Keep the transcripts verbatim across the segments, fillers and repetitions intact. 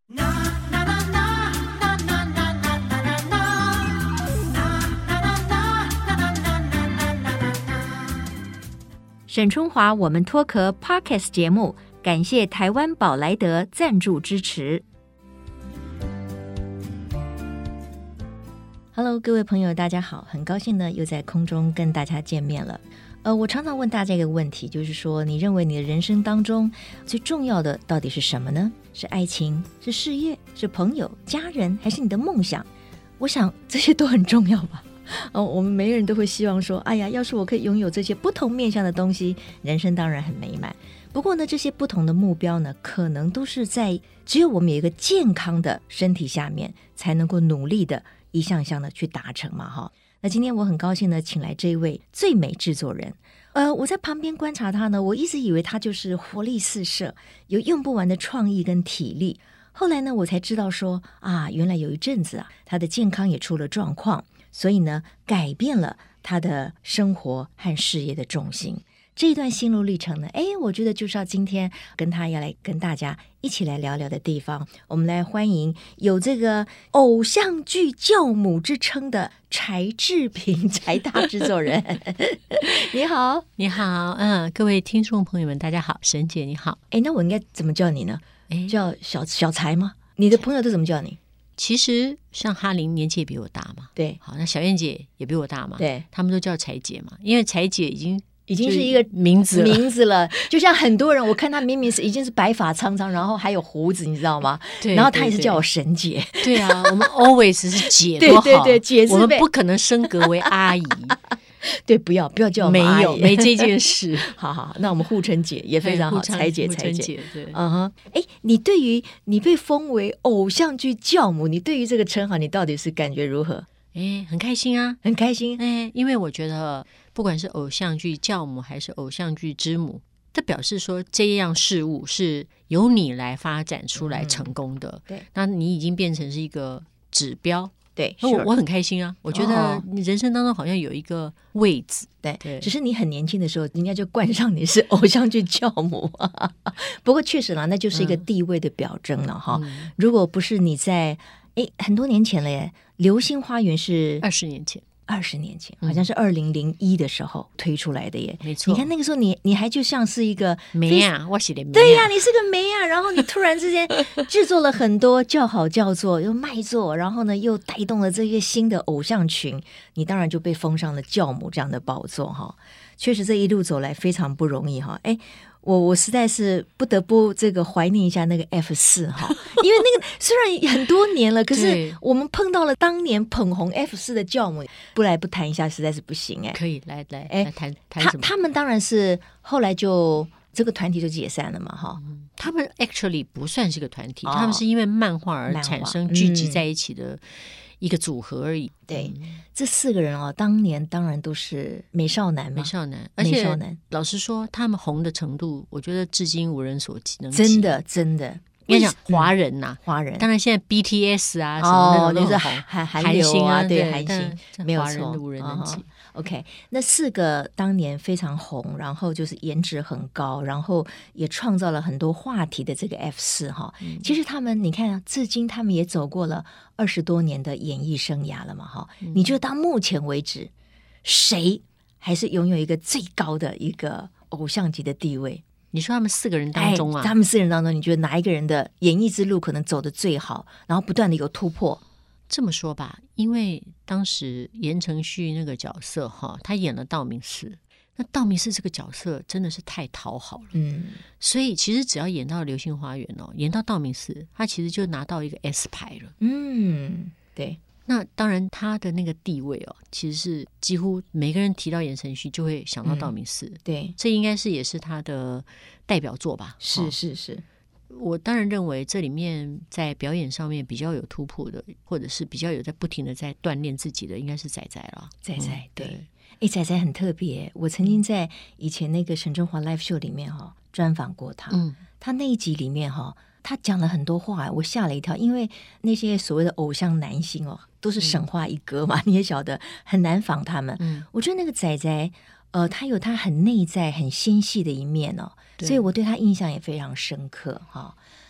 沈春华我们脱壳 Podcast 节目，感谢台湾宝莱德赞助支持。Hello， 各位朋友，大家好，很高兴呢又在空中跟大家见面了。呃，我常常问大家一个问题，就是说，你认为你的人生当中最重要的到底是什么呢？是爱情，是事业，是朋友、家人，还是你的梦想？我想这些都很重要吧。哦，我们每个人都会希望说，哎呀，要是我可以拥有这些不同面向的东西，人生当然很美满。不过呢，这些不同的目标呢，可能都是在只有我们有一个健康的身体下面，才能够努力的一项项的去达成嘛，哈。那今天我很高兴呢，请来这一位最美制作人。呃，我在旁边观察他呢，我一直以为他就是活力四射，有用不完的创意跟体力。后来呢，我才知道说啊，原来有一阵子啊，他的健康也出了状况。所以呢，改变了他的生活和事业的重心。这一段心路历程呢，哎，我觉得就是要今天跟他要来跟大家一起来聊聊的地方。我们来欢迎有这个偶像剧教母之称的柴智屏柴大制作人。你好。 你好，嗯，各位听众朋友们，大家好，沈姐你好。 哎，那我应该怎么叫你呢？叫小小柴吗？你的朋友都怎么叫你？ 其实像哈林年纪也比我大嘛， 对， 好，那小燕姐也比我大嘛， 对， 他们都叫柴姐嘛，因为柴姐已经已经是一个名字名字了，就像很多人，我看他明明是已经是白发苍苍，然后还有胡子，你知道吗？ 对， 然后他也是叫我沈姐。 对啊，我们 always 是姐多好， 对对对，姐字辈， 我们不可能升格为阿姨。 对，不要不要叫我们阿姨， 没有没这件事。 好好，那我们互称姐也非常好，柴姐柴姐。 对， 嗯哼，哎，你对于你被封为偶像剧教母，你对于这个称号，你到底是感觉如何？ 哎，很开心啊， 很开心。 哎，因为我觉得不管是偶像剧教母还是偶像剧之母，这表示说这样事物是由你来发展出来成功的。 嗯、对， 那你已经变成是一个指标。 对， 我我很开心啊！我觉得你人生当中好像有一个位置， 哦、对, 对，只是你很年轻的时候，人家就冠上你是偶像剧教母。不过确实啦，那就是一个地位的表征了哈、嗯。如果不是你在哎很多年前了耶，《流星花园》是二十年前。 二十年前，好像是二零零一的时候推出来的耶。 没错， 你看那个时候你，你你还就像是一个梅啊，我写的梅。 对呀、啊，你是个梅啊，然后你突然之间制作了很多叫好叫座又卖座，然后呢又带动了这些新的偶像群，你当然就被封上了教母这样的宝座哈。确实这一路走来非常不容易哈。哎，我我实在是不得不这个怀念一下那个 F 四 哈，因为那个虽然很多年了，可是我们碰到了当年捧红 F 四 的教母，不来不谈一下实在是不行哎。 可以来来哎来谈谈什么？ 他他们当然是后来就这个团体就解散了嘛哈、 嗯。他们 actually 不算是个团体、 哦， 他们是因为漫画而产生聚集在一起的。一个组合而已。 对、嗯，这四个人哦，当年当然都是美少男嘛， 美少男，而且老实说，他们红的程度，我觉得至今无人所能及。 真的，真的。 应该讲华人呐、啊， 华人。 当然，现在 B T S 啊，什么那种都很红， 韩韩星啊， 对韩星，没有错， 无人能及。 哦 OK， 那四个当年非常红，然后就是颜值很高，然后也创造了很多话题的这个 F 四 哈、嗯。其实他们，你看、啊，至今他们也走过了二十多年的演艺生涯了嘛哈、嗯。你觉得到目前为止，谁还是拥有一个最高的一个偶像级的地位？ 你说他们四个人当中啊， 哎、他们四个人当中，你觉得哪一个人的演艺之路可能走得最好，然后不断的有突破？ 这么说吧，因为当时言承旭那个角色哈，他演了道明寺，那道明寺这个角色真的是太讨好了， 嗯， 所以其实只要演到流星花园哦，演到道明寺，他其实就拿到一个 S 牌了， 嗯，对。 那当然他的那个地位哦，其实是几乎每个人提到言承旭就会想到道明寺、嗯， 对， 这应该是也是他的代表作吧？ 是是是。 我当然认为这里面在表演上面比较有突破的，或者是比较有在不停的在锻炼自己的，应该是仔仔了。 仔仔、嗯、对， 哎、 欸，仔仔很特别。我曾经在以前那个沈春华 live show 里面哈、哦、专访过他，嗯，他那一集里面哈、哦，他讲了很多话，我吓了一跳，因为那些所谓的偶像男星哦，都是神话一哥嘛，嗯、你也晓得很难仿他们。嗯，我觉得那个仔仔。呃，他有他很内在、很纤细的一面哦，所以我对他印象也非常深刻哈、哦。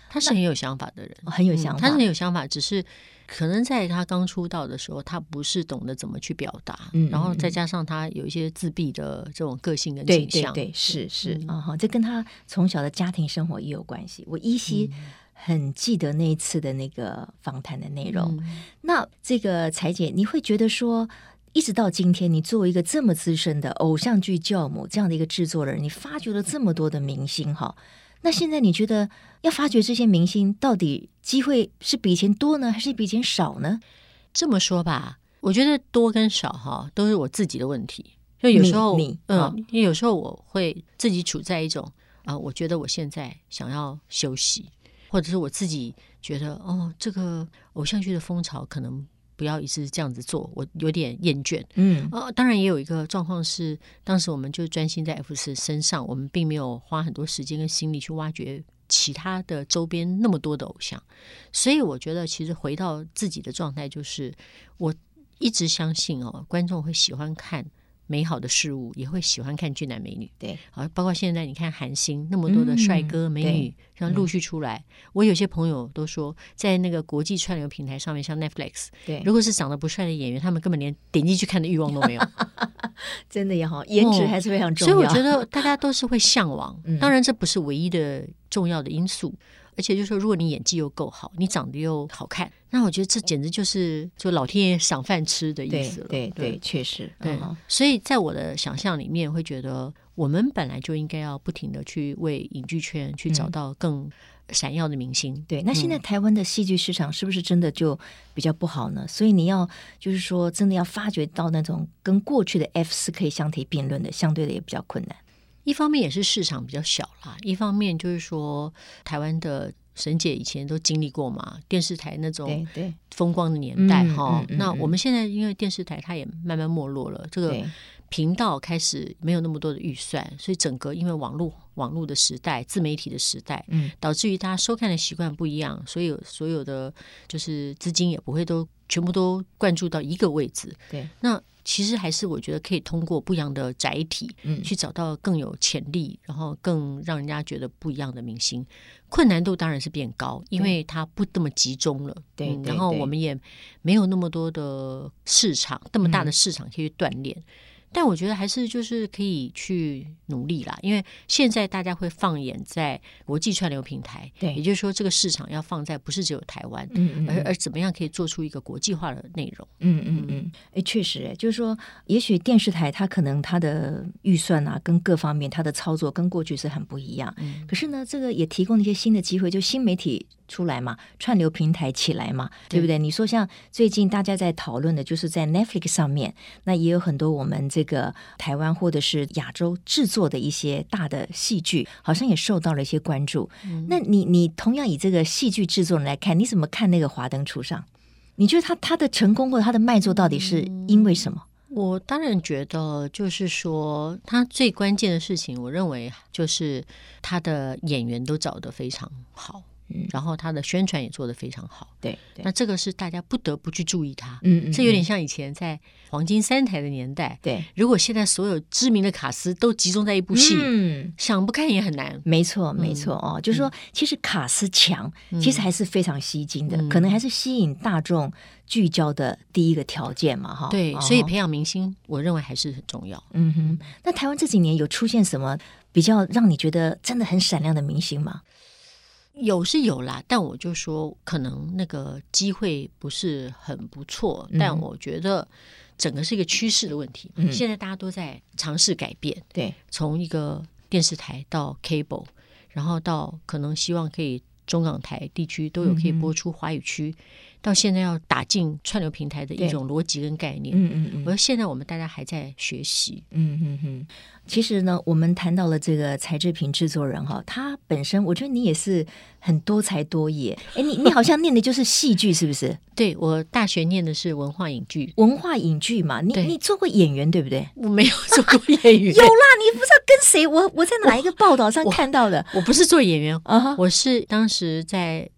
他是很有想法的人， 很有想法、 嗯，他是很有想法，只是可能在他刚出道的时候，他不是懂得怎么去表达，嗯、然后再加上他有一些自闭的这种个性跟倾向， 对对对，是是啊哈、嗯，这跟他从小的家庭生活也有关系。我依稀很记得那一次的那个访谈的内容。嗯、那这个彩姐，你会觉得说，一直到今天，你作为一个这么资深的偶像剧教母这样的一个制作人，你发掘了这么多的明星哈，那现在你觉得要发掘这些明星，到底机会是比以前多呢，还是比以前少呢？ 这么说吧，我觉得多跟少哈，都是我自己的问题。就有时候， 你嗯、哦，因为有时候我会自己处在一种啊、呃，我觉得我现在想要休息，或者是我自己觉得哦，这个偶像剧的风潮可能不要一直这样子做，我有点厌倦。嗯，呃，当然也有一个状况是，当时我们就专心在 F 四身上，我们并没有花很多时间跟心力去挖掘其他的周边那么多的偶像，所以我觉得其实回到自己的状态，就是我一直相信哦，观众会喜欢看美好的事物，也会喜欢看俊男美女。 对， 啊，包括现在你看韩星那么多的帅哥、嗯、美女，像陆续出来、嗯。我有些朋友都说，在那个国际串流平台上面，像 Netflix， 对，如果是长得不帅的演员，他们根本连点进去看的欲望都没有。 真的也好，颜值还是非常重要。 哦、所以我觉得大家都是会向往，嗯、当然这不是唯一的重要的因素。而且就是说，如果你演技又够好，你长得又好看，那我觉得这简直就是就老天爷赏饭吃的意思了。 对对对，确实。 对、嗯，所以在我的想象里面，会觉得我们本来就应该要不停的去为影剧圈去找到更闪耀的明星。嗯、 对，那现在台湾的戏剧市场是不是真的就比较不好呢？所以你要就是说，真的要发掘到那种跟过去的 F 四可以相提并论的，相对的也比较困难。 一方面也是市场比较小啦，一方面就是说台湾的沈姐以前都经历过嘛，电视台那种风光的年代哈、嗯。那我们现在因为电视台它也慢慢没落了，这个频道开始没有那么多的预算，所以整个因为网络网络的时代、自媒体的时代，嗯，导致于大家收看的习惯不一样，所以所有的就是资金也不会都全部都灌注到一个位置。对，那其实还是我觉得可以通过不一样的载体、嗯、去找到更有潜力，然后更让人家觉得不一样的明星。困难度当然是变高，因为它不那么集中了。对、嗯，然后我们也没有那么多的市场，那么大的市场可以锻炼。嗯，但我觉得还是就是可以去努力啦，因为现在大家会放眼在国际串流平台，对，也就是说这个市场要放在不是只有台湾，嗯嗯，而而怎么样可以做出一个国际化的内容， 嗯嗯嗯，哎，确实，哎，就是说，也许电视台它可能它的预算啊，跟各方面它的操作跟过去是很不一样，嗯，可是呢，这个也提供了一些新的机会，就新媒体出来嘛，串流平台起来嘛， 对, 对不对？你说像最近大家在讨论的，就是在 Netflix 上面，那也有很多我们这个台湾或者是亚洲制作的一些大的戏剧，好像也受到了一些关注。嗯、那你你同样以这个戏剧制作人来看，你怎么看那个《华灯初上》？你觉得他他的成功或者他的卖座到底是因为什么？ 嗯、我当然觉得就是说，他最关键的事情，我认为就是他的演员都找得非常好。嗯、然后他的宣传也做得非常好， 对, 对，那这个是大家不得不去注意他。嗯嗯，这有点像以前在黄金三台的年代。对，如果现在所有知名的卡司都集中在一部戏，嗯，想不看也很难。 没错，没错、嗯、哦，就是说，其实卡司强、嗯，其实还是非常吸睛的、嗯，可能还是吸引大众聚焦的第一个条件嘛，哈。 对，所以培养明星，我认为还是很重要。 嗯哼，那台湾这几年有出现什么比较让你觉得真的很闪亮的明星吗？ 有是有啦，但我就说可能那个机会不是很不错、嗯、但我觉得整个是一个趋势的问题、嗯、现在大家都在尝试改变，对，从一个电视台到 cable， 然后到可能希望可以中港台地区都有可以播出华语区、嗯、到现在要打进串流平台的一种逻辑跟概念。嗯嗯嗯，我说现在我们大家还在学习。 嗯嗯嗯，其实呢，我们谈到了这个柴智屏制作人哈，他本身我觉得你也是很多才多艺。哎，你你好像念的就是戏剧是不是？ 对，我大学念的是文化影剧。 文化影剧嘛，你你做过演员对不对？ 我没有做过演员。 有啦，你不知道跟谁？我我在哪一个报道上看到的？ 我, 我不是做演员、uh-huh. 我是当时在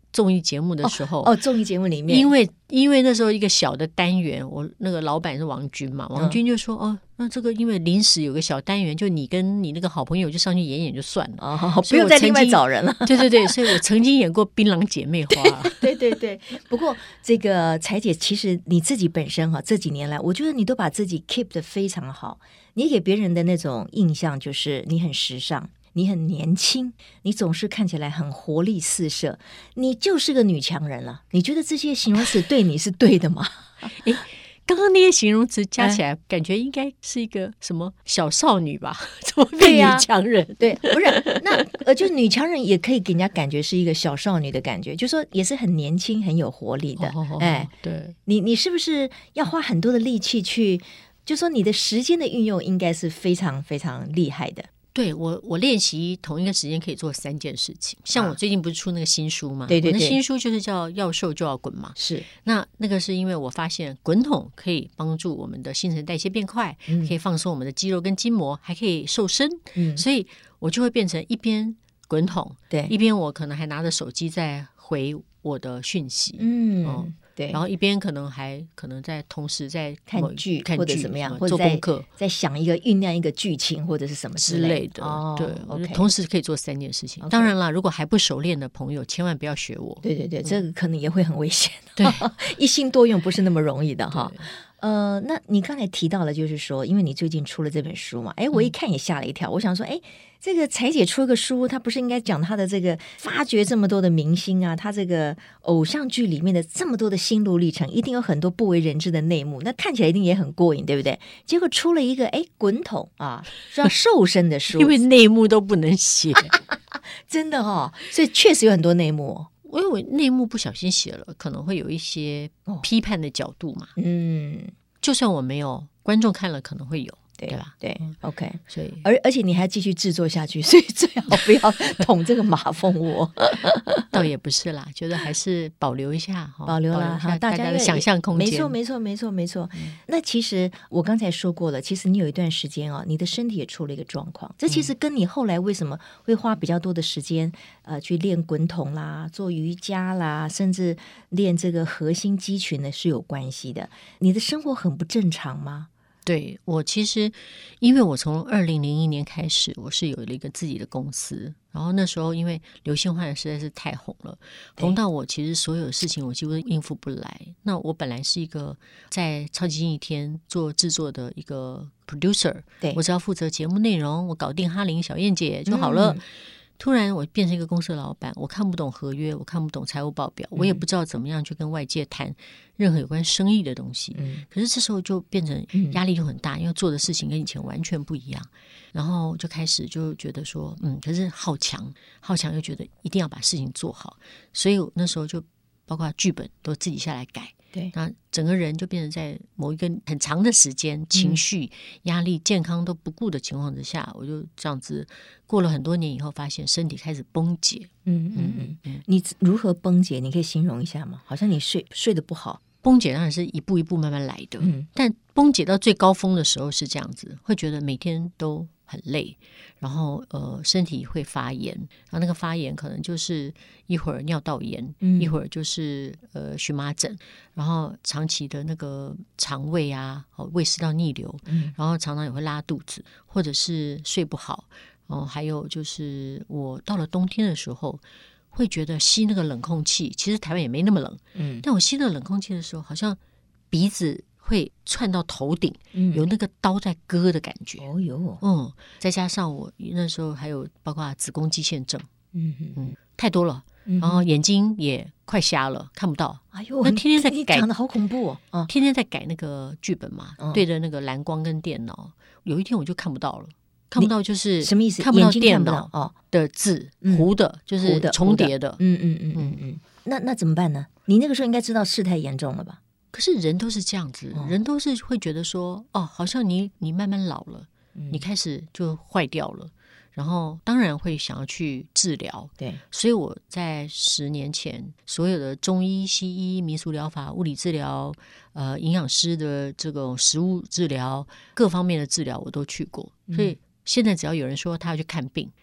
综艺节目的时候， 哦，哦综艺节目里面， 因为因为那时候一个小的单元，我那个老板是王军嘛，王军就说、嗯、哦，那这个因为临时有个小单元，就你跟你那个好朋友就上去演演就算了， 哦，不用再另外找人了。 对对对，所以我曾经演过《槟榔姐妹花》 对。对对对，不过这个彩姐，其实你自己本身哈，这几年来，我觉得你都把自己 keep 得非常好。你给别人的那种印象就是你很时尚，你很年轻，你总是看起来很活力四射，你就是个女强人了。你觉得这些形容词对你是对的吗？ 诶刚刚那些形容词加起来，感觉应该是一个什么小少女吧？怎么变女强人？ 对、啊、对，不是那呃，就女强人也可以给人家感觉是一个小少女的感觉，就说也是很年轻、很有活力的。 哦、 哎， 对， 你你是不是要花很多的力气去？就说你的时间的运用应该是非常非常厉害的。 对，我我练习同一个时间可以做三件事情。像我最近不是出那个新书嘛？ 对对对， 我的新书就是叫要瘦就要滚嘛。 是， 那那个是因为我发现滚筒可以帮助我们的新陈代谢变快、嗯、可以放松我们的肌肉跟筋膜，还可以瘦身、嗯、所以我就会变成一边滚筒， 对， 一边我可能还拿着手机在回我的讯息， 嗯。嗯对， 然后一边可能还可能在同时在看剧看或者怎么样，或者做功课， 在想一个酝酿一个剧情或者是什么之类的。 哦、对、 okay 同时可以做三件事情。Okay 当然啦，如果还不熟练的朋友，千万不要学我。 对对对，嗯、这个可能也会很危险。 对， 一心多用不是那么容易的哈。呃，那你刚才提到了，就是说，因为你最近出了这本书嘛，哎，我一看也吓了一跳。嗯、我想说，哎，这个彩姐出了个书，她不是应该讲她的这个发掘这么多的明星啊，她这个偶像剧里面的这么多的心路历程，一定有很多不为人知的内幕，那看起来一定也很过瘾，对不对？结果出了一个哎滚筒啊，说要瘦身的书， 因为内幕都不能写， 真的哦，所以确实有很多内幕、哦。 因为我内幕不小心写了，可能会有一些批判的角度嘛。 嗯， 就算我没有，观众看了可能会有，对, 对吧？ 对、嗯、，OK。 所以， 而而且你还继续制作下去，所以最好不要捅这个马蜂窝。 倒也不是啦，觉得还是保留一下， 保留啦，哈， 大家的想象空间。 没错，没错，没错，没错。嗯、那其实我刚才说过了，其实你有一段时间哦，你的身体也出了一个状况，这其实跟你后来为什么会花比较多的时间呃去练滚筒啦、做瑜伽啦，甚至练这个核心肌群呢是有关系的。你的生活很不正常吗？ 对，我其实因为我从二零零一年开始，我是有了一个自己的公司，然后那时候因为流星花园实在是太红了，红到我其实所有的事情我几乎应付不来。那我本来是一个在超级星期天做制作的一个 producer， 对， 我只要负责节目内容，我搞定哈林小燕姐就好了。嗯，突然我变成一个公司的老板，我看不懂合约，我看不懂财务报表，我也不知道怎么样去跟外界谈任何有关生意的东西。嗯，可是这时候就变成压力就很大，因为做的事情跟以前完全不一样。然后就开始就觉得说，嗯，可是好强，好强又觉得一定要把事情做好，所以我那时候就包括剧本都自己下来改。 对， 那整个人就变成在某一个很长的时间，情绪、压力、健康都不顾的情况之下，我就这样子过了很多年以后，发现身体开始崩解。 嗯嗯嗯嗯，你如何崩解？你可以形容一下吗？好像你睡睡得不好。 崩解当然是一步一步慢慢来的，嗯，但崩解到最高峰的时候是这样子，会觉得每天都很累，然后呃身体会发炎，然后那个发炎可能就是一会儿尿道炎，嗯，一会儿就是呃荨麻疹，然后长期的那个肠胃啊，胃食道逆流，嗯，然后常常也会拉肚子，或者是睡不好，哦，还有就是我到了冬天的时候。会觉得吸那个冷空气，其实台湾也没那么冷，嗯，但我吸那个冷空气的时候，好像鼻子会窜到头顶，嗯，有那个刀在割的感觉。 哦哟， 嗯，再加上我那时候还有包括子宫肌腺症，嗯嗯，太多了，然后眼睛也快瞎了，看不到。 哎呦， 那天天在改， 讲的好恐怖哦， 啊，天天在改那个剧本嘛，嗯，对着那个蓝光跟电脑，有一天我就看不到了。看不到就是什么意思？ 看不到电脑的字，糊的，就是重叠的。 嗯嗯嗯嗯嗯。那那怎么办呢？你那个时候应该知道事态严重了吧？ 可是人都是这样子，人都是会觉得说，哦，好像你你慢慢老了，你开始就坏掉了，然后当然会想要去治疗。 对， 所以我在十年前，所有的中医、西医、民俗疗法、物理治疗。呃，营养师的这种食物治疗，各方面的治疗我都去过，所以现在只要有人说他要去看病，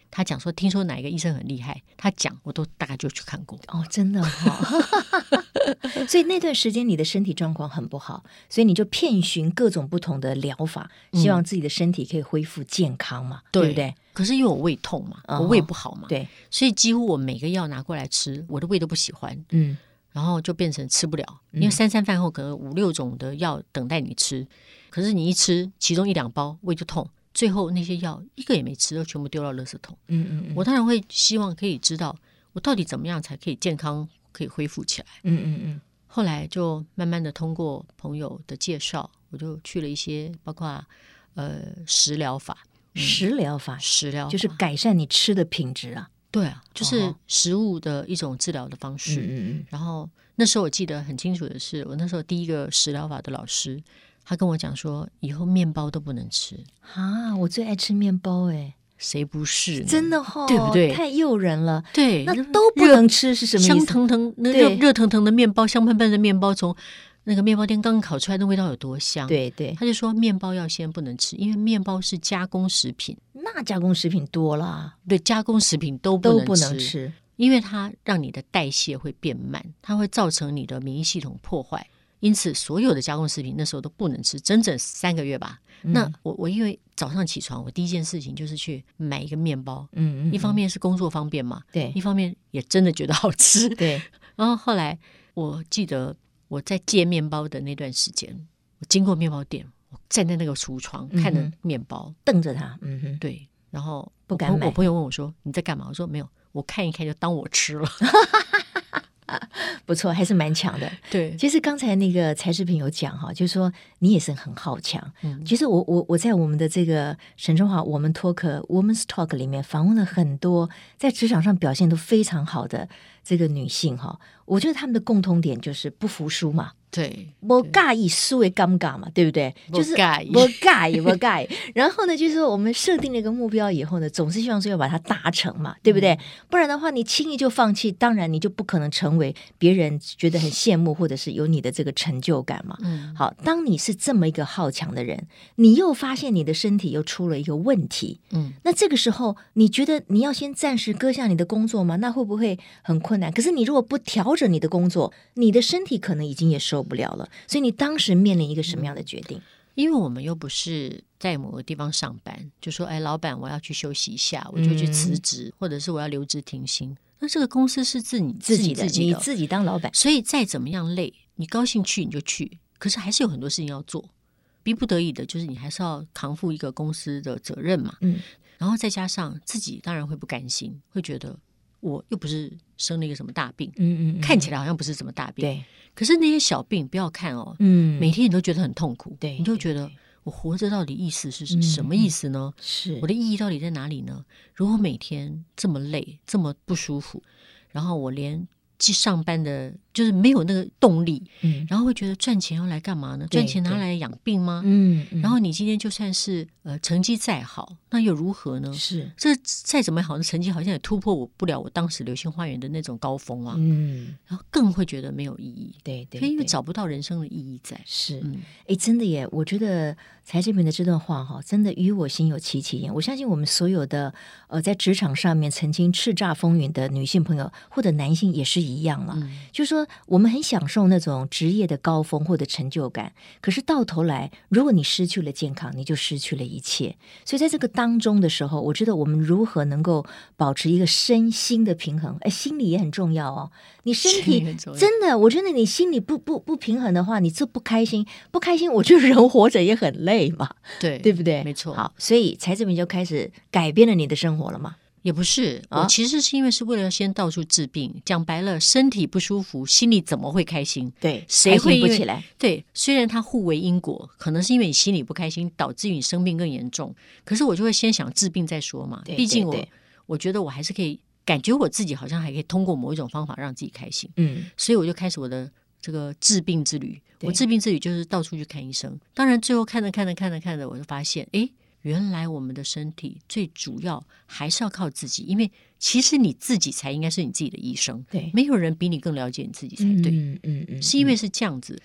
他讲说听说哪一个医生很厉害，他讲我都大概就去看过。 哦，真的哈、哦。所以那段时间你的身体状况很不好，所以你就遍寻各种不同的疗法，希望自己的身体可以恢复健康嘛，嗯、对不对？ 可是因为我胃痛嘛，哦、我胃不好嘛， 对， 所以几乎我每个药拿过来吃，我的胃都不喜欢， 嗯。 然后就变成吃不了，因为三餐饭后可能五六种的药等待你吃，可是你一吃其中一两包胃就痛，最后那些药一个也没吃，都全部丢到垃圾桶。 嗯嗯嗯， 我当然会希望可以知道我到底怎么样才可以健康可以恢复起来。 嗯嗯嗯， 后来就慢慢的通过朋友的介绍，我就去了一些包括呃食疗法， 嗯、食疗法， 食疗法就是改善你吃的品质啊。 对啊，就是食物的一种治疗的方式。 嗯嗯然后那时候我记得很清楚的是，我那时候第一个食疗法的老师，他跟我讲说，以后面包都不能吃啊！我最爱吃面包哎， 谁不是？ 真的哈、哦， 对不对？ 太诱人了。 对， 那都不能吃是什么意思？ 香腾腾、那热热腾腾的面包，香喷喷的面包从那个面包店刚刚烤出来，那味道有多香？ 对对， 他就说面包要先不能吃，因为面包是加工食品。 那加工食品多啦， 对，加工食品都不能吃， 都不能吃， 因为它让你的代谢会变慢，它会造成你的免疫系统破坏。因此，所有的加工食品那时候都不能吃，整整三个月吧。嗯、那我我因为早上起床，我第一件事情就是去买一个面包， 嗯嗯嗯， 一方面是工作方便嘛， 对， 一方面也真的觉得好吃， 对。 然后后来我记得我在戒面包的那段时间，我经过面包店，我站在那个橱窗、嗯、看着面包， 瞪着它，嗯哼， 对。然后不敢买。 我朋友问我说：“你在干嘛？”我说：“没有，我看一看就当我吃了。” 不错，还是蛮强的。 对， 其实刚才那个柴智屏有讲哈，就是说你也是很好强。 嗯， 其实我我我在我们的这个沈春华我们 Talk Women's Talk 里面访问了很多在职场上表现都非常好的这个女性哈，我觉得他们的共通点就是不服输嘛。 对， 不介意输的尴尬嘛，对不对？就是不介意， 不介意，不介意。然后呢，就是说我们设定了一个目标以后呢，总是希望说要把它达成嘛，对不对？嗯、不然的话，你轻易就放弃，当然你就不可能成为别人觉得很羡慕，或者是有你的这个成就感嘛。 嗯， 好，当你是这么一个好强的人，你又发现你的身体又出了一个问题， 嗯， 那这个时候你觉得你要先暂时搁下你的工作吗？那会不会很困难？可是你如果不调整你的工作，你的身体可能已经也受不了了。所以你当时面临一个什么样的决定？ 因为我们又不是在某个地方上班，就说哎，老板我要去休息一下，我就去辞职，嗯、或者是我要留职停薪。那这个公司是自己自己的， 自己的你自己当老板， 所以再怎么样累，你高兴去你就去，可是还是有很多事情要做，逼不得已的，就是你还是要扛负一个公司的责任嘛。 嗯， 然后再加上自己当然会不甘心，会觉得我又不是生了一个什么大病， 嗯 嗯, 嗯， 看起来好像不是什么大病， 对。 可是那些小病不要看哦， 嗯， 每天你都觉得很痛苦， 对， 你就觉得我活着到底意思是什么意思呢？ 嗯、是我的意义到底在哪里呢？如果每天这么累，这么不舒服，然后我连去上班的，就是没有那个动力， 嗯， 然后会觉得赚钱要来干嘛呢？赚钱拿来养病吗？ 嗯，嗯然后你今天就算是呃成绩再好，那又如何呢？ 是这再怎么好的成绩，好像也突破我不了我当时流星花园的那种高峰啊， 嗯， 然后更会觉得没有意义， 对 对, 对，因为找不到人生的意义在。 是， 嗯， 哎，真的耶，我觉得柴智屏的这段话哈，真的与我心有戚戚焉。我相信我们所有的呃在职场上面曾经叱咤风云的女性朋友或者男性也是一样了， 嗯、 就是说我们很享受那种职业的高峰或者成就感，可是到头来，如果你失去了健康，你就失去了一切。所以在这个当中的时候，我觉得我们如何能够保持一个身心的平衡，哎，心理也很重要哦。你身体真的，我觉得你心里不不不平衡的话，你这不开心，不开心，我觉得人活着也很累嘛， 对对不对？ 没错。 好，所以柴智屏就开始改变了你的生活了嘛。 也不是， 啊、 我其实是因为是为了先到处治病，讲白了，身体不舒服，心里怎么会开心？ 对， 谁会不起来？ 对，虽然它互为因果，可能是因为你心里不开心，导致于你生病更严重。可是我就会先想治病再说嘛，毕竟我对对对我觉得我还是可以，感觉我自己好像还可以通过某一种方法让自己开心。 嗯， 所以我就开始我的这个治病之旅。我治病之旅就是到处去看医生，当然最后看着看着看着看着，我就发现，哎。原来我们的身体最主要还是要靠自己，因为其实你自己才应该是你自己的医生， 对， 没有人比你更了解你自己才对， 嗯嗯嗯， 是因为是这样子。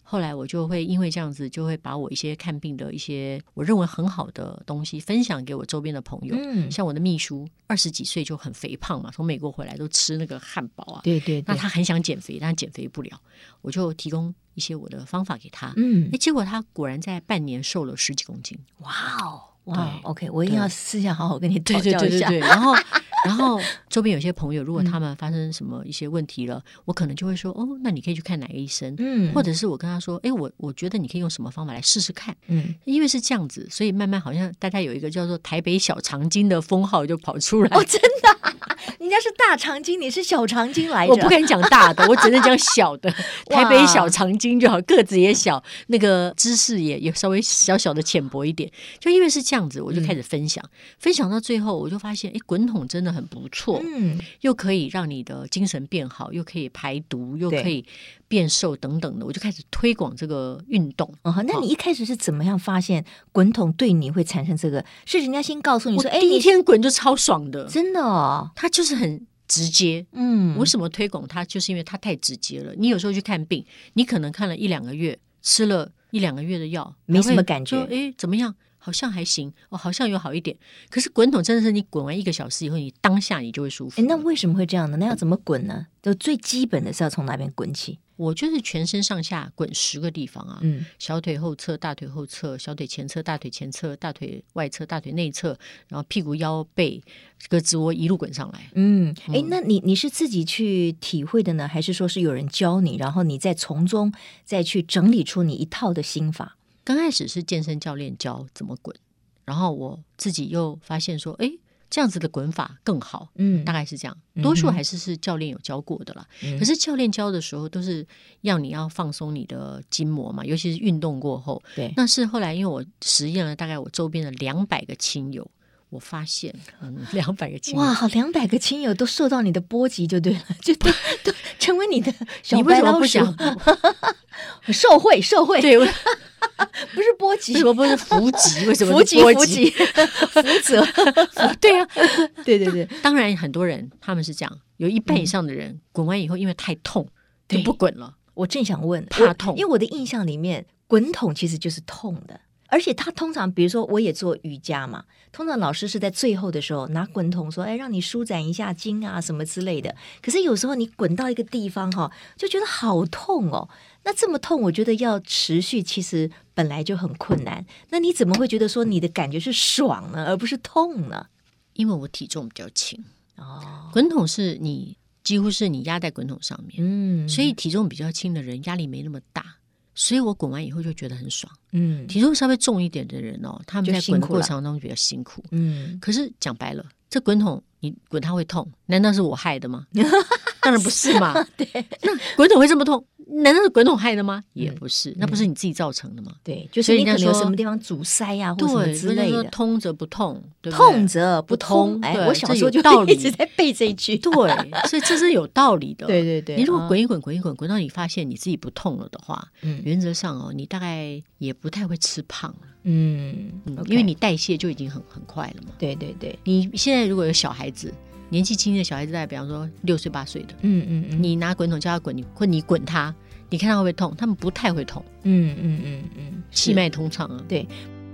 后来我就会因为这样子，就会把我一些看病的一些我认为很好的东西分享给我周边的朋友。嗯，像我的秘书二十几岁就很肥胖嘛，从美国回来都吃那个汉堡啊， 对对对， 那他很想减肥，但减肥不了，我就提供一些我的方法给他。嗯，结果他果然在半年瘦了十几公斤。 哇哦！哇 ，OK， 我一定要私下好好跟你讨教一下。 对对对对对，然后，然后周边有些朋友，如果他们发生什么一些问题了，嗯、我可能就会说，哦，那你可以去看哪个医生，嗯，或者是我跟他说，哎，我我觉得你可以用什么方法来试试看，嗯，因为是这样子，所以慢慢好像大家有一个叫做台北小长今的封号就跑出来。 哦，真的、啊，人家是大长今，你是小长今来着。 我不敢讲大的，我只能讲小的。台北小长今就好，个子也小，那个知识也也稍微小小的浅薄一点，就因为是这样。这样子我就开始分享、嗯、分享到最后我就发现哎，滚筒真的很不错，嗯，又可以让你的精神变好，又可以排毒，又可以变瘦等等的，我就开始推广这个运动。 哦，那你一开始是怎么样发现滚筒对你会产生这个？是人家先告诉你说，哎， 第一天滚就超爽的， 真的哦， 它就是很直接。嗯，为什么推广它？就是因为它太直接了。你有时候去看病，你可能看了一两个月，吃了一两个月的药， 没什么感觉， 哎，怎么样？好像还行哦，好像有好一点。可是滚筒真的是你滚完一个小时以后，你当下你就会舒服。 那为什么会这样呢？那要怎么滚呢？就最基本的是要从哪边滚起？ 我就是全身上下滚十个地方啊，嗯，小腿后侧、大腿后侧、小腿前侧、大腿前侧、大腿外侧、大腿内侧，然后屁股、腰、背、胳肢窝一路滚上来。 嗯，哎，那你你是自己去体会的呢，还是说是有人教你，然后你再从中再去整理出你一套的心法？ 刚开始是健身教练教怎么滚，然后我自己又发现说，哎，这样子的滚法更好，嗯，大概是这样。多数还是是教练有教过的啦，嗯、可是教练教的时候都是要你要放松你的筋膜嘛，尤其是运动过后。 对， 那是后来因为我实验了大概我周边的两百个亲友。我发现，嗯，两百个亲友， 哇，两百个亲友都受到你的波及，就对了，就都都成为你的小白老鼠，受贿，受贿， 对， 不是波及， 为什么不是扶植？为什么扶植？扶植，福泽， 对啊， 对对对。 当然，很多人他们是这样，有一半以上的人、嗯、滚完以后，因为太痛就不滚了。 我正想问， 怕痛， 因为我的印象里面，滚筒其实就是痛的。而且他通常比如说我也做瑜伽嘛，通常老师是在最后的时候拿滚筒说，哎，让你舒展一下筋啊什么之类的。可是有时候你滚到一个地方哈，就觉得好痛哦。那这么痛，我觉得要持续其实本来就很困难。那你怎么会觉得说你的感觉是爽呢，而不是痛呢？ 因为我体重比较轻哦，滚筒是你几乎是你压在滚筒上面，嗯，所以体重比较轻的人压力没那么大。所以我滚完以后就觉得很爽。嗯，体重稍微重一点的人哦，他们在滚的过程当中比较辛苦。嗯，可是讲白了，这滚筒你滚它会痛，难道是我害的吗？当然不是嘛。 对， 那滚筒会这么痛，难道是滚筒害的吗？也不是，嗯、那不是你自己造成的吗？ 对，就是你可能有什么地方阻塞啊，或什么之类的。 通则不痛，对不对？ 痛则不通。哎，我小时候就一直在背这一句。 对，所以这是有道理的。 对对对， 你如果滚一滚，滚一滚，滚到你发现你自己不痛了的话，嗯，原则上哦，你大概也不太会吃胖了。嗯，嗯 okay 因为你代谢就已经很很快了嘛。 对对对， 你现在如果有小孩子。年纪轻的小孩子，在比方说六岁八岁的，嗯嗯嗯，你拿滚筒叫他滚，你或你滚他，你看他会不会痛？他们不太会痛，嗯嗯嗯嗯，气脉通畅啊。 对。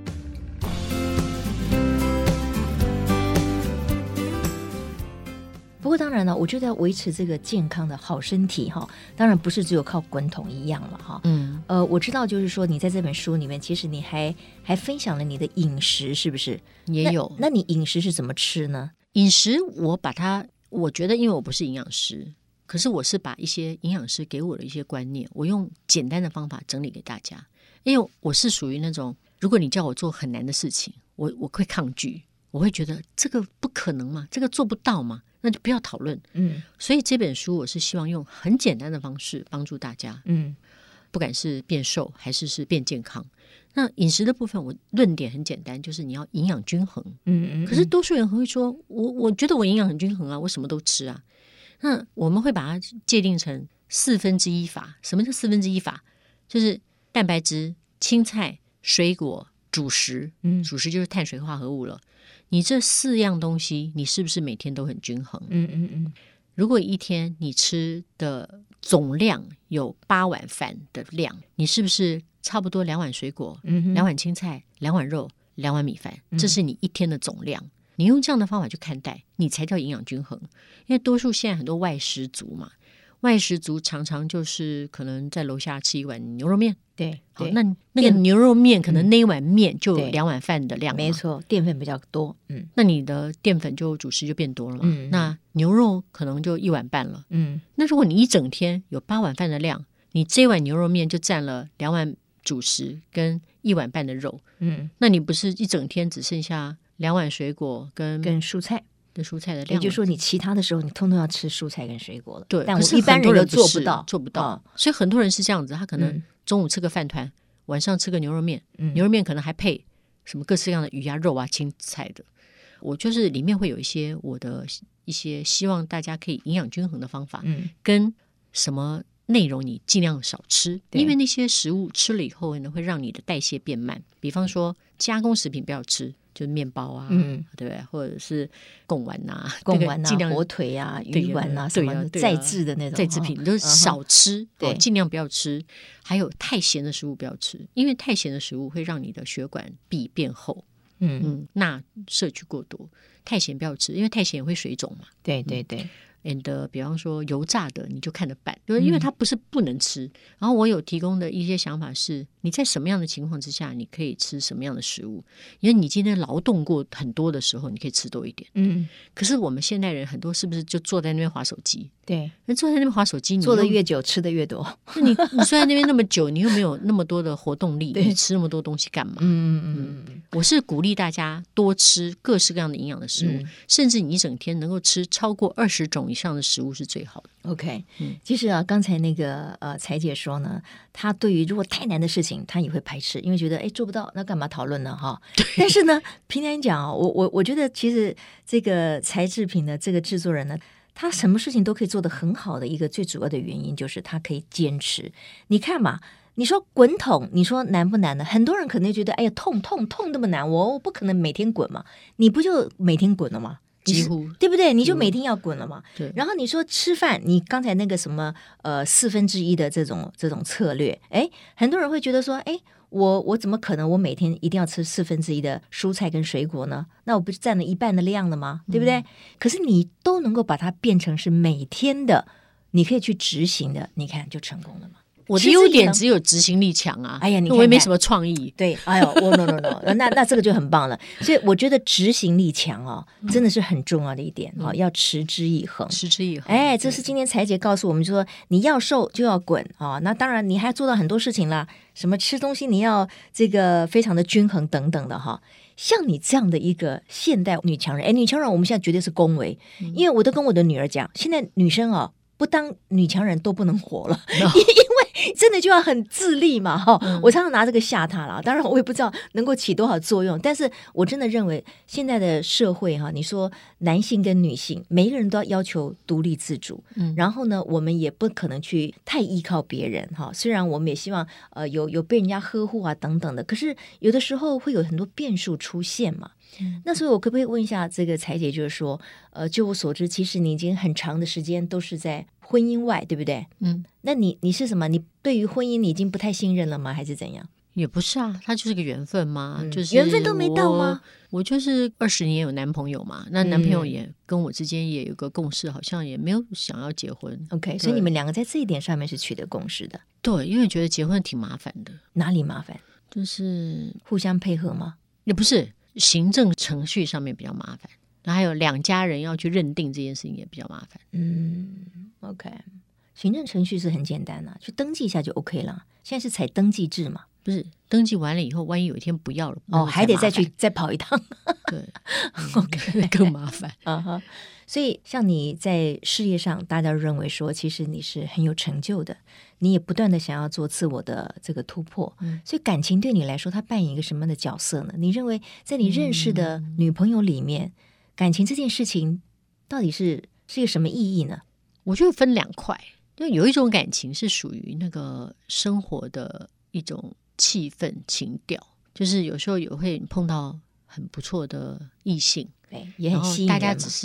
不过当然了，我觉得要维持这个健康的好身体哈，当然不是只有靠滚筒一样了哈。嗯，呃，我知道就是说你在这本书里面，其实你还还分享了你的饮食，是不是？ 也有。 那, 那你饮食是怎么吃呢？ 饮食我把它，我觉得因为我不是营养师，可是我是把一些营养师给我的一些观念，我用简单的方法整理给大家。因为我是属于那种，如果你叫我做很难的事情，我我会抗拒，我会觉得这个不可能嘛，这个做不到嘛，那就不要讨论。嗯，所以这本书我是希望用很简单的方式帮助大家。嗯，不管是变瘦还是是变健康。那饮食的部分，我论点很简单，就是你要营养均衡。嗯嗯。可是多数人会说，我我觉得我营养很均衡啊，我什么都吃啊。那我们会把它界定成四分之一法。什么叫四分之一法？就是蛋白质、青菜、水果、主食。嗯，主食就是碳水化合物了。你这四样东西，你是不是每天都很均衡？嗯嗯嗯。如果一天你吃的总量有八碗饭的量，你是不是差不多两碗水果、嗯、两碗青菜、两碗肉、两碗米饭，这是你一天的总量、嗯、你用这样的方法去看待，你才叫营养均衡。因为多数现在很多外食族嘛，外食族常常就是可能在楼下吃一碗牛肉面， 对对， 那那个牛肉面可能那一碗面就两碗饭的量、嗯、 没错，淀粉比较多，嗯， 那你的淀粉就主食就变多了嘛，嗯，那牛肉可能就一碗半了，嗯，那如果你一整天有八碗饭的量，你这碗牛肉面就占了两碗主食跟一碗半的肉，嗯，那你不是一整天只剩下两碗水果跟跟蔬菜跟蔬菜的量， 也就是说你其他的时候你通通要吃蔬菜跟水果了， 对， 但我一般人都做不到做不到、哦、所以很多人是这样子，他可能中午吃个饭团、嗯、晚上吃个牛肉面、嗯、牛肉面可能还配什么各式各样的鱼啊肉啊青菜的。我就是里面会有一些我的一些希望大家可以营养均衡的方法、嗯、跟什么内容你尽量少吃，因为那些食物吃了以后呢会让你的代谢变慢，比方说加工食品不要吃，就是面包啊、嗯、对不对？或者是贡丸啊贡丸啊、那个、火腿啊鱼丸啊什么的再制的那种再制品都是少吃、哦、尽量不要吃。还有太咸的食物不要吃，因为太咸的食物会让你的血管壁变厚，嗯嗯，钠摄取过多，太咸不要吃，因为太咸也会水肿嘛。 对对对、 嗯and 比方说油炸的你就看着办，因为它不是不能吃、嗯、然后我有提供的一些想法是你在什么样的情况之下你可以吃什么样的食物，因为你今天劳动过很多的时候你可以吃多一点，嗯，可是我们现代人很多是不是就坐在那边滑手机， 对， 坐在那边滑手机，你坐得越久吃得越多那你你坐在那边那么久你又没有那么多的活动力你吃那么多东西干嘛，嗯嗯嗯，我是鼓励大家多吃各式各样的营养的食物、嗯、甚至你一整天能够吃超过二十种以上的食物是最好的。 OK、嗯、其实啊刚才那个呃彩姐说呢，她对于如果太难的事情她也会排斥，因为觉得哎做不到那干嘛讨论呢哈。但是呢平常讲啊，我我我觉得其实这个材制品的这个制作人呢，他什么事情都可以做得很好的一个最主要的原因就是他可以坚持。你看嘛，你说滚筒你说难不难呢？很多人可能觉得哎呀痛痛痛那么难，我不可能每天滚嘛，你不就每天滚了吗？ 几乎对不对？你就每天要滚了嘛。对。然后你说吃饭，你刚才那个什么呃四分之一的这种这种策略，哎，很多人会觉得说，哎，我我怎么可能我每天一定要吃四分之一的蔬菜跟水果呢？那我不是占了一半的量了吗？对不对？嗯、可是你都能够把它变成是每天的，你可以去执行的，你看就成功了嘛。 我的优点只有执行力强啊！ 哎呀，你看看我也没什么创意。 对，哎呦，我 no no no， 那那这个就很棒了。所以我觉得执行力强哦，真的是很重要的一点哈、嗯哦，要持之以恒， 持之以恒。 哎，这是今天彩姐告诉我们说，你要瘦就要滚啊、哦！那当然，你还要做到很多事情啦，什么吃东西你要这个非常的均衡等等的哈。像你这样的一个现代女强人，哎，女强人我们现在绝对是恭维，嗯、因为我都跟我的女儿讲，现在女生哦，不当女强人都不能活了， no. 因为真的就要很自立嘛哈、嗯。我常常拿这个吓她啦，当然我也不知道能够起多少作用，但是我真的认为现在的社会哈，你说男性跟女性每一个人都要要求独立自主，嗯，然后呢，我们也不可能去太依靠别人哈。虽然我们也希望呃有有被人家呵护啊等等的，可是有的时候会有很多变数出现嘛。嗯、那所以我可不可以问一下这个彩姐，就是说呃就我所知，其实你已经很长的时间都是在婚姻外，对不对？嗯，那你你是什么？你对于婚姻你已经不太信任了吗？还是怎样？ 也不是啊，它就是个缘分嘛，嗯、就是缘分都没到吗？ 我就是二十年有男朋友嘛，那男朋友也跟我之间也有个共识，好像也没有想要结婚。 OK， 所以你们两个在这一点上面是取得共识的。 对，因为觉得结婚挺麻烦的。 哪里麻烦？ 就是互相配合吗？ 也不是，行政程序上面比较麻烦。还有两家人要去认定这件事情也比较麻烦。 嗯 OK， 行政程序是很简单啊，去登记一下就 OK 了。现在是采登记制嘛？ 不是，登记完了以后万一有一天不要了哦，还得再去再跑一趟。 对OK 更麻烦啊哈。所以像你在事业上大家认为说其实你是很有成就的，你也不断的想要做自我的这个突破、嗯、所以感情对你来说它扮演一个什么样的角色呢？你认为在你认识的女朋友里面、嗯、感情这件事情到底是是一个什么意义呢？ 我觉得分两块，就有一种感情是属于那个生活的一种气氛情调，就是有时候也会碰到很不错的异性， 对，也很吸引人嘛， 大家只是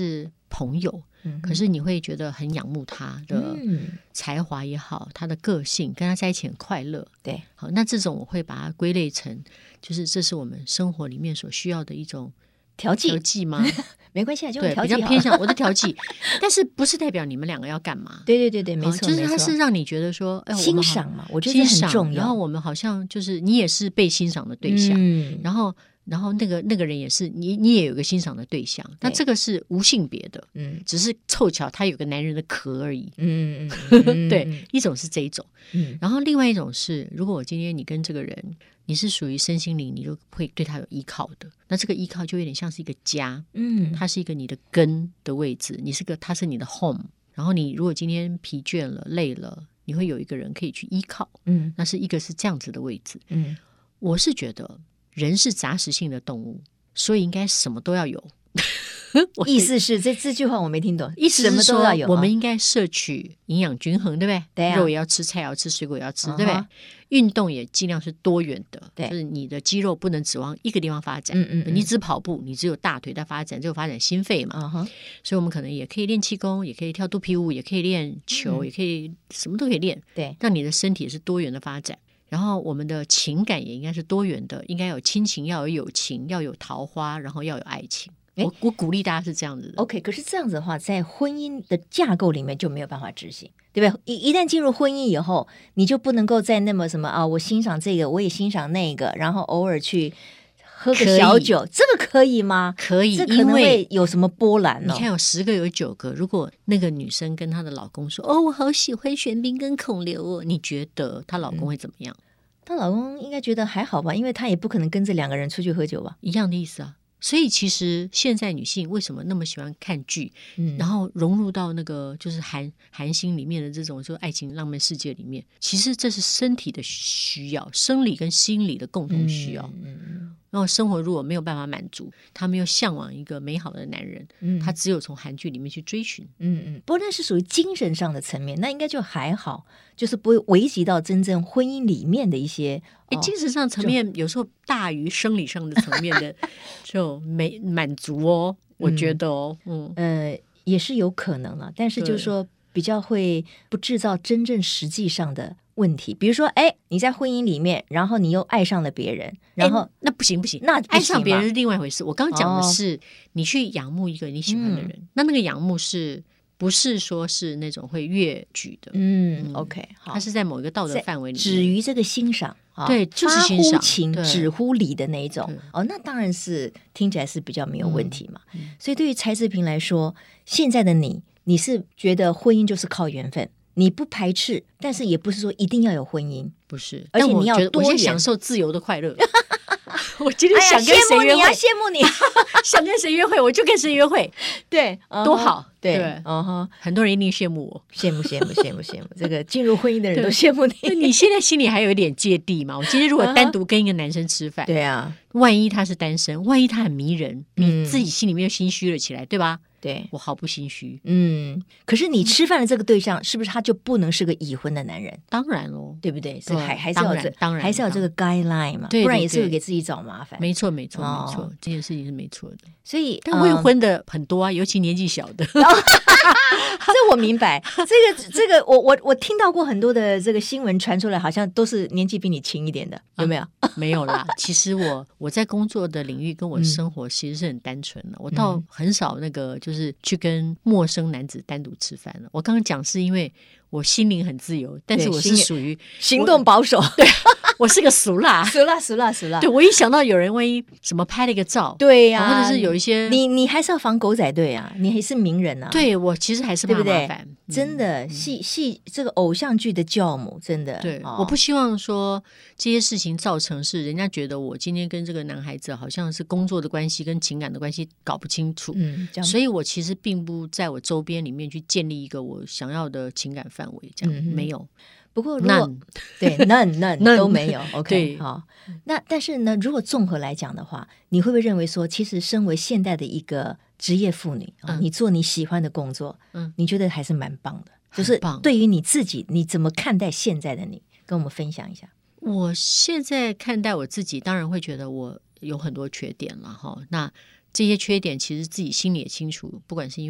朋友，嗯、可是你会觉得很仰慕他的才华也好，他的个性，跟他在一起很快乐。 对， 好，那这种我会把它归类成，就是这是我们生活里面所需要的一种调剂调剂吗？ 没关系啊，就对， 调剂比较偏向我的调剂，但是不是代表你们两个要干嘛？ 对对对对，没错， 就是它是让你觉得说，哎， 欣赏嘛，我觉得很重要。 然后我们好像就是你也是被欣赏的对象，嗯、然后然后那个那个人也是你，你也有个欣赏的对象。那这个是无性别的，嗯，只是凑巧他有个男人的壳而已，嗯嗯嗯，对，一种是这一种，嗯，然后另外一种是，如果我今天你跟这个人。你是属于身心灵，你就会对他有依靠的。那这个依靠就有点像是一个家，嗯，它是一个你的根的位置，你是个，它是你的 home。然后你如果今天疲倦了、累了，你会有一个人可以去依靠，嗯，那是一个是这样子的位置，嗯。我是觉得人是杂食性的动物，所以应该什么都要有。 意思是这这句话我没听懂， 意思是说要有、啊、 我们应该摄取营养均衡，对不对？ 对、啊、 肉也要吃，菜也要吃，水果也要吃， uh-huh. 对不对？运动也尽量是多元的，就是你的肌肉不能指望一个地方发展，嗯嗯嗯，你只跑步，你只有大腿在发展，只有发展心肺嘛， uh-huh. 所以我们可能也可以练气功，也可以跳肚皮舞，也可以练球、嗯、也可以什么都可以练，对，让你的身体是多元的发展。然后我们的情感也应该是多元的，应该有亲情，要有友情，要有桃花，然后要有爱情。我, 我鼓励大家是这样子的。 OK， 可是这样子的话在婚姻的架构里面就没有办法执行，对不对？ 一, 一旦进入婚姻以后，你就不能够再那么什么啊，我欣赏这个我也欣赏那个，然后偶尔去喝个小酒，这个可以吗？ 可以， 这可能会有什么波澜呢？ 你看有十个有九个，如果那个女生跟她的老公说，哦，我好喜欢玄彬跟孔刘哦，你觉得她老公会怎么样？ 她、嗯、老公应该觉得还好吧，因为她也不可能跟这两个人出去喝酒吧， 一样的意思啊。所以其实现在女性为什么那么喜欢看剧、嗯、然后融入到那个就是韩韩星里面的这种就爱情浪漫世界里面，其实这是身体的需要，生理跟心理的共同需要、嗯、然后生活如果没有办法满足，他们又向往一个美好的男人、嗯、他只有从韩剧里面去追寻。 嗯嗯，不过那是属于精神上的层面，那应该就还好，就是不会危及到真正婚姻里面的一些、 哦、精神上层面有时候大于生理上的层面的就没满足哦，我觉得哦，嗯呃，也是有可能了，但是就是说比较会不制造真正实际上的问题。比如说，哎，你在婚姻里面，然后你又爱上了别人，然后那不行不行， 那不行爱上别人是另外一回事。我刚讲的是、哦、你去仰慕一个你喜欢的人，嗯、那那个仰慕是。不是说是那种会越矩的， 嗯, 嗯 OK， 好， 它是在某一个道德范围里面， 止于这个欣赏， 对，就是欣赏， 发乎情止乎礼的那一种，哦，那当然是听起来是比较没有问题嘛。嗯嗯、所以对于柴智屏来说，现在的你，你是觉得婚姻就是靠缘分，你不排斥，但是也不是说一定要有婚姻， 不是， 而且你要多元， 我先享受自由的快乐。我今天想跟谁约会， 哎、羡慕你、啊，羡慕你， 想跟谁约会我就跟谁约会， 对， 多好， 对， 对， 嗯哼， 很多人一定羡慕我， 羡慕羡慕羡慕羡慕，这个进入婚姻的人都羡慕你。 你现在心里还有一点芥蒂嘛？我今天如果单独跟一个男生吃饭， 对啊， 万一他是单身，万一他很迷人，你自己心里面又心虚了起来，对吧？ 对， 我毫不心虚。 嗯，可是你吃饭的这个对象是不是他就不能是个已婚的男人？ 当然喽， 对不对？所以还还是要这，当然还是要这个 guideline 嘛， 对对对， 不然也是会给自己找麻烦。 没错，没错，哦、没错，这件事情是没错的。 所以， 但未婚的很多啊，嗯、尤其年纪小的。 这我明白，这个这个，我我我听到过很多的这个新闻传出来，好像都是年纪比你轻一点的，有没有？ 啊、没有啦。其实我我在工作的领域跟我生活其实是很单纯的，嗯、我倒很少那个就是去跟陌生男子单独吃饭了。我刚刚讲是因为我心灵很自由，但是我是属于行动保守， 对。我是个俗辣， 俗辣，俗辣，俗辣。 对，我一想到有人万一什么拍了一个照， 对呀、啊， 或者是有一些， 你你还是要防狗仔队啊，你还是名人啊。 对，我其实还是怕麻烦， 对不对？真的，戏戏这个偶像剧的教母，真的。 对、 哦， 我不希望说这些事情造成是人家觉得我今天跟这个男孩子好像是工作的关系跟情感的关系搞不清楚，嗯，所以我其实并不在我周边里面去建立一个我想要的情感范围，这样、嗯、没有。 不过如果 none, 对 none none 都没有 OK 好，那但是呢，如果综合来讲的话，你会不会认为说，其实身为现代的一个职业妇女、嗯、你做你喜欢的工作，嗯，你觉得还是蛮棒的，就是对于你自己，你怎么看待现在的你？跟我们分享一下。 我现在看待我自己，当然会觉得我有很多缺点了哈。那这些缺点其实自己心里也清楚，不管是因为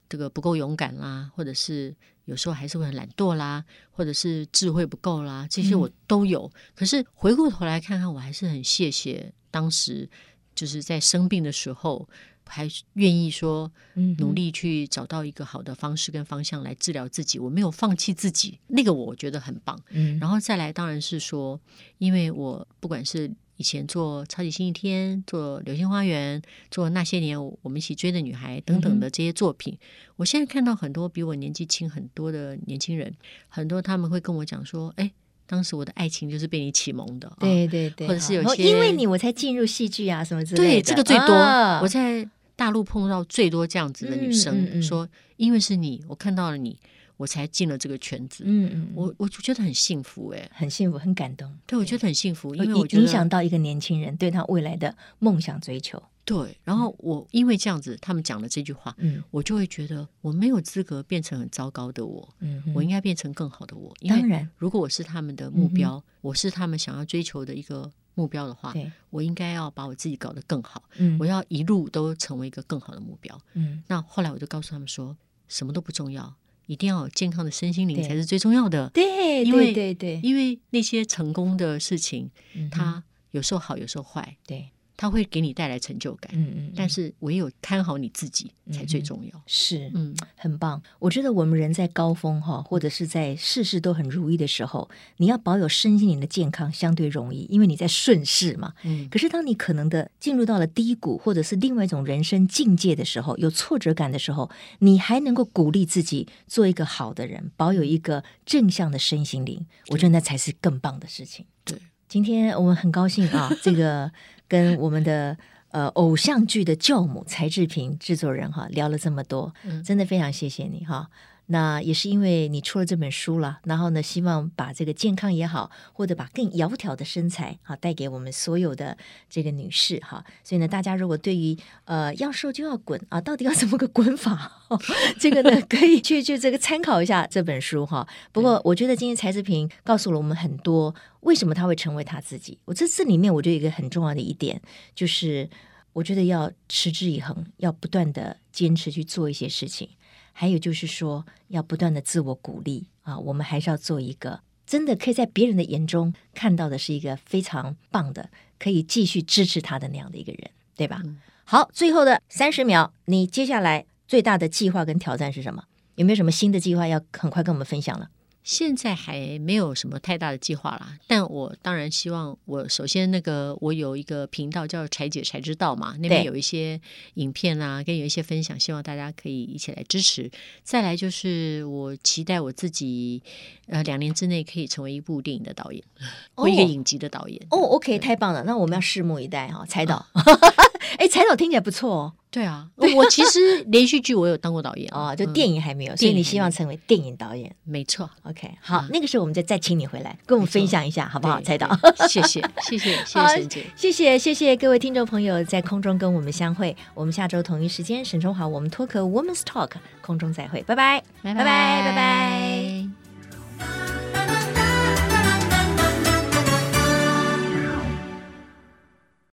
这个不够勇敢啦，或者是有时候还是会很懒惰啦，或者是智慧不够啦，这些我都有、嗯、可是回过头来看看，我还是很谢谢当时就是在生病的时候还愿意说努力去找到一个好的方式跟方向来治疗自己，我没有放弃自己，那个我觉得很棒、嗯、然后再来当然是说，因为我不管是以前做超级星期天，做流星花园，做那些年我们一起追的女孩等等的这些作品、嗯、我现在看到很多比我年纪轻很多的年轻人，很多他们会跟我讲说，哎，当时我的爱情就是被你启蒙的， 对对对， 或者是有些因为你我才进入戏剧啊什么之类的， 对，这个最多、啊、我在大陆碰到最多这样子的女生、嗯嗯嗯、说因为是你，我看到了你，我才进了这个圈子。嗯嗯，我我觉得很幸福，哎， 很幸福，很感动。 对，我觉得很幸福，因为我觉得影响到一个年轻人对他未来的梦想追求。 对，然后我因为这样子，他们讲了这句话，嗯，我就会觉得我没有资格变成很糟糕的我，嗯，我应该变成更好的我。 当然， 如果我是他们的目标、嗯，我是他们想要追求的一个目标的话，我应该要把我自己搞得更好、嗯、我要一路都成为一个更好的目标、嗯、那后来我就告诉他们说，什么都不重要，一定要有健康的身心灵才是最重要的。 对对对对， 因为那些成功的事情、嗯、它有时候好有时候坏， 对， 它会给你带来成就感，嗯嗯，但是唯有看好你自己才最重要。 嗯、是，嗯，很棒。我觉得我们人在高峰哈，或者是在事事都很如意的时候，你要保有身心灵的健康相对容易，因为你在顺势嘛。嗯。可是当你可能的进入到了低谷，或者是另外一种人生境界的时候，有挫折感的时候，你还能够鼓励自己做一个好的人，保有一个正向的身心灵，我觉得那才是更棒的事情。 对。 今天我们很高兴啊，这个跟我们的呃偶像剧的教母柴智屏制作人哈聊了这么多，真的非常谢谢你哈。那也是因为你出了这本书了，然后呢，希望把这个健康也好，或者把更窈窕的身材哈带给我们所有的这个女士哈。所以呢，大家如果对于呃要瘦就要滚啊，到底要怎么个滚法，这个呢可以去去这个参考一下这本书哈。不过我觉得今天柴智屏告诉了我们很多，为什么他会成为他自己。我这次里面我觉得有一个很重要的一点，就是我觉得要持之以恒，要不断的坚持去做一些事情。还有就是说要不断的自我鼓励啊，我们还是要做一个真的可以在别人的眼中看到的是一个非常棒的，可以继续支持他的那样的一个人，对吧？嗯、好，最后的三十秒，你接下来最大的计划跟挑战是什么？有没有什么新的计划要很快跟我们分享了？ 现在还没有什么太大的计划啦，但我当然希望，我首先那个我有一个频道叫柴姐才知道嘛，那边有一些影片啊，跟有一些分享，希望大家可以一起来支持。再来就是我期待我自己呃两年之内可以成为一部电影的导演，哦、或一个影集的导演。 哦 ，OK， 太棒了，那我们要拭目以待哈，柴导。哎，柴导听起来不错哦。 对啊，我其实连续剧我有当过导演哦，就电影还没有，嗯、所以你希望成为电影导演？ 没错 ，OK， 好、嗯，那个时候我们再再请你回来跟我们分享一下，好不好？柴导， 谢谢，谢谢，谢谢沈姐， 谢谢，谢谢各位听众朋友在空中跟我们相会，我们下周同一时间沈崇华我们脱壳 Women's Talk 空中再会，拜拜， 拜拜， 拜拜，拜拜。